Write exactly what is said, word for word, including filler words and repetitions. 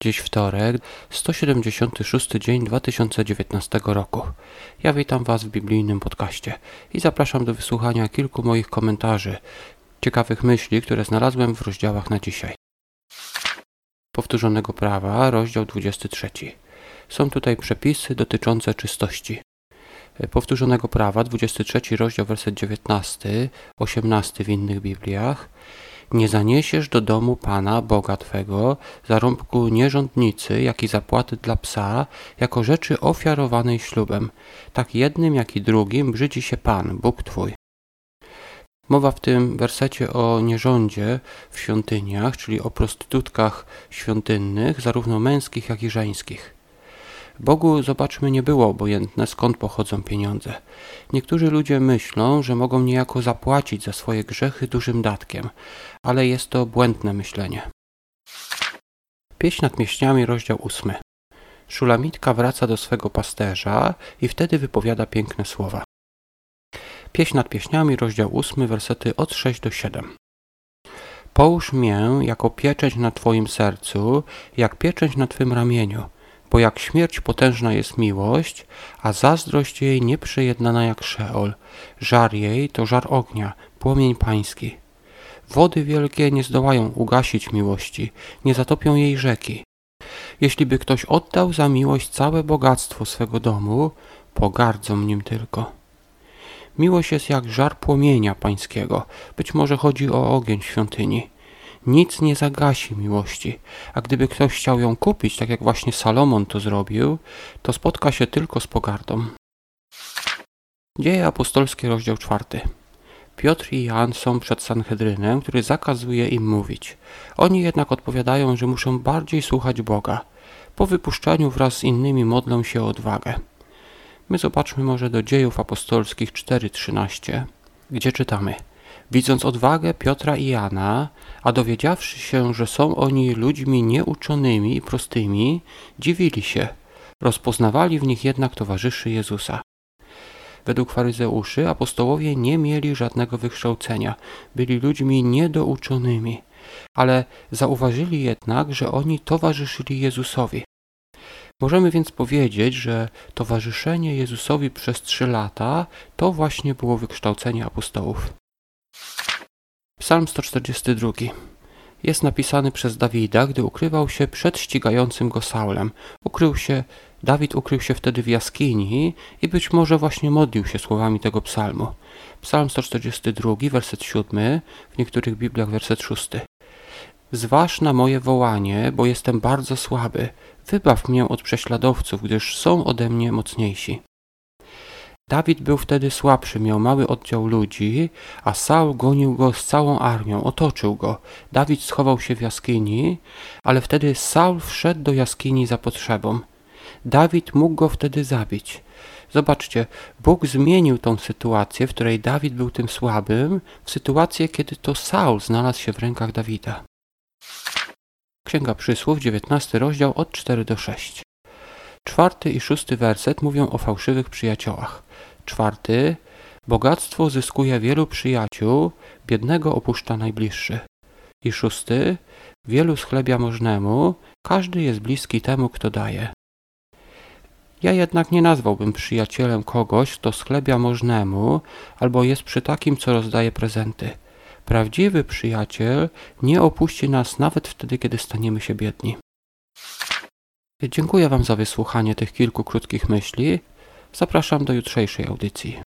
Dziś wtorek, sto siedemdziesiąty szósty dzień dwa tysiące dziewiętnastego roku. Ja witam Was w biblijnym podcaście i zapraszam do wysłuchania kilku moich komentarzy, ciekawych myśli, które znalazłem w rozdziałach na dzisiaj. Powtórzonego prawa, rozdział dwudziesty trzeci. Są tutaj przepisy dotyczące czystości. Powtórzonego prawa, dwudziesty trzeci rozdział, werset dziewiętnasty, osiemnasty w innych Bibliach. Nie zaniesiesz do domu Pana, Boga Twego, zarobku nierządnicy, jak i zapłaty dla psa, jako rzeczy ofiarowanej ślubem. Tak jednym, jak i drugim brzydzi się Pan, Bóg Twój. Mowa w tym wersecie o nierządzie w świątyniach, czyli o prostytutkach świątynnych, zarówno męskich, jak i żeńskich. Bogu, zobaczmy, nie było obojętne, skąd pochodzą pieniądze. Niektórzy ludzie myślą, że mogą niejako zapłacić za swoje grzechy dużym datkiem, ale jest to błędne myślenie. Pieśń nad pieśniami, rozdział ósmy. Szulamitka wraca do swego pasterza i wtedy wypowiada piękne słowa. Pieśń nad pieśniami, rozdział ósmy, wersety od szóstego do siódmego. Połóż mię jako pieczęć na Twoim sercu, jak pieczęć na Twym ramieniu. Bo jak śmierć potężna jest miłość, a zazdrość jej nieprzejednana jak Szeol. Żar jej to żar ognia, płomień pański. Wody wielkie nie zdołają ugasić miłości, nie zatopią jej rzeki. Jeśli by ktoś oddał za miłość całe bogactwo swego domu, pogardzą nim tylko. Miłość jest jak żar płomienia pańskiego, być może chodzi o ogień świątyni. Nic nie zagasi miłości, a gdyby ktoś chciał ją kupić, tak jak właśnie Salomon to zrobił, to spotka się tylko z pogardą. Dzieje apostolskie, rozdział czwarty. Piotr i Jan są przed Sanhedrynem, który zakazuje im mówić. Oni jednak odpowiadają, że muszą bardziej słuchać Boga. Po wypuszczaniu wraz z innymi modlą się o odwagę. My zobaczmy może do Dziejów apostolskich cztery trzynaście, gdzie czytamy: Widząc odwagę Piotra i Jana, a dowiedziawszy się, że są oni ludźmi nieuczonymi i prostymi, dziwili się. Rozpoznawali w nich jednak towarzyszy Jezusa. Według faryzeuszy apostołowie nie mieli żadnego wykształcenia, byli ludźmi niedouczonymi, ale zauważyli jednak, że oni towarzyszyli Jezusowi. Możemy więc powiedzieć, że towarzyszenie Jezusowi przez trzy lata to właśnie było wykształcenie apostołów. Psalm sto czterdziesty drugi. Jest napisany przez Dawida, gdy ukrywał się przed ścigającym go Saulem. Ukrył się, Dawid ukrył się wtedy w jaskini i być może właśnie modlił się słowami tego psalmu. Psalm sto czterdziesty drugi, werset siódmy, w niektórych Bibliach werset szósty. Zważ na moje wołanie, bo jestem bardzo słaby. Wybaw mnie od prześladowców, gdyż są ode mnie mocniejsi. Dawid był wtedy słabszy, miał mały oddział ludzi, a Saul gonił go z całą armią, otoczył go. Dawid schował się w jaskini, ale wtedy Saul wszedł do jaskini za potrzebą. Dawid mógł go wtedy zabić. Zobaczcie, Bóg zmienił tą sytuację, w której Dawid był tym słabym, w sytuację, kiedy to Saul znalazł się w rękach Dawida. Księga Przysłów, dziewiętnasty rozdział, od czwartego do szóstego. Czwarty i szósty werset mówią o fałszywych przyjaciołach. Czwarty. Bogactwo zyskuje wielu przyjaciół, biednego opuszcza najbliższy. I szósty. Wielu schlebia możnemu, każdy jest bliski temu, kto daje. Ja jednak nie nazwałbym przyjacielem kogoś, kto schlebia możnemu, albo jest przy takim, co rozdaje prezenty. Prawdziwy przyjaciel nie opuści nas nawet wtedy, kiedy staniemy się biedni. Dziękuję Wam za wysłuchanie tych kilku krótkich myśli. Zapraszam do jutrzejszej audycji.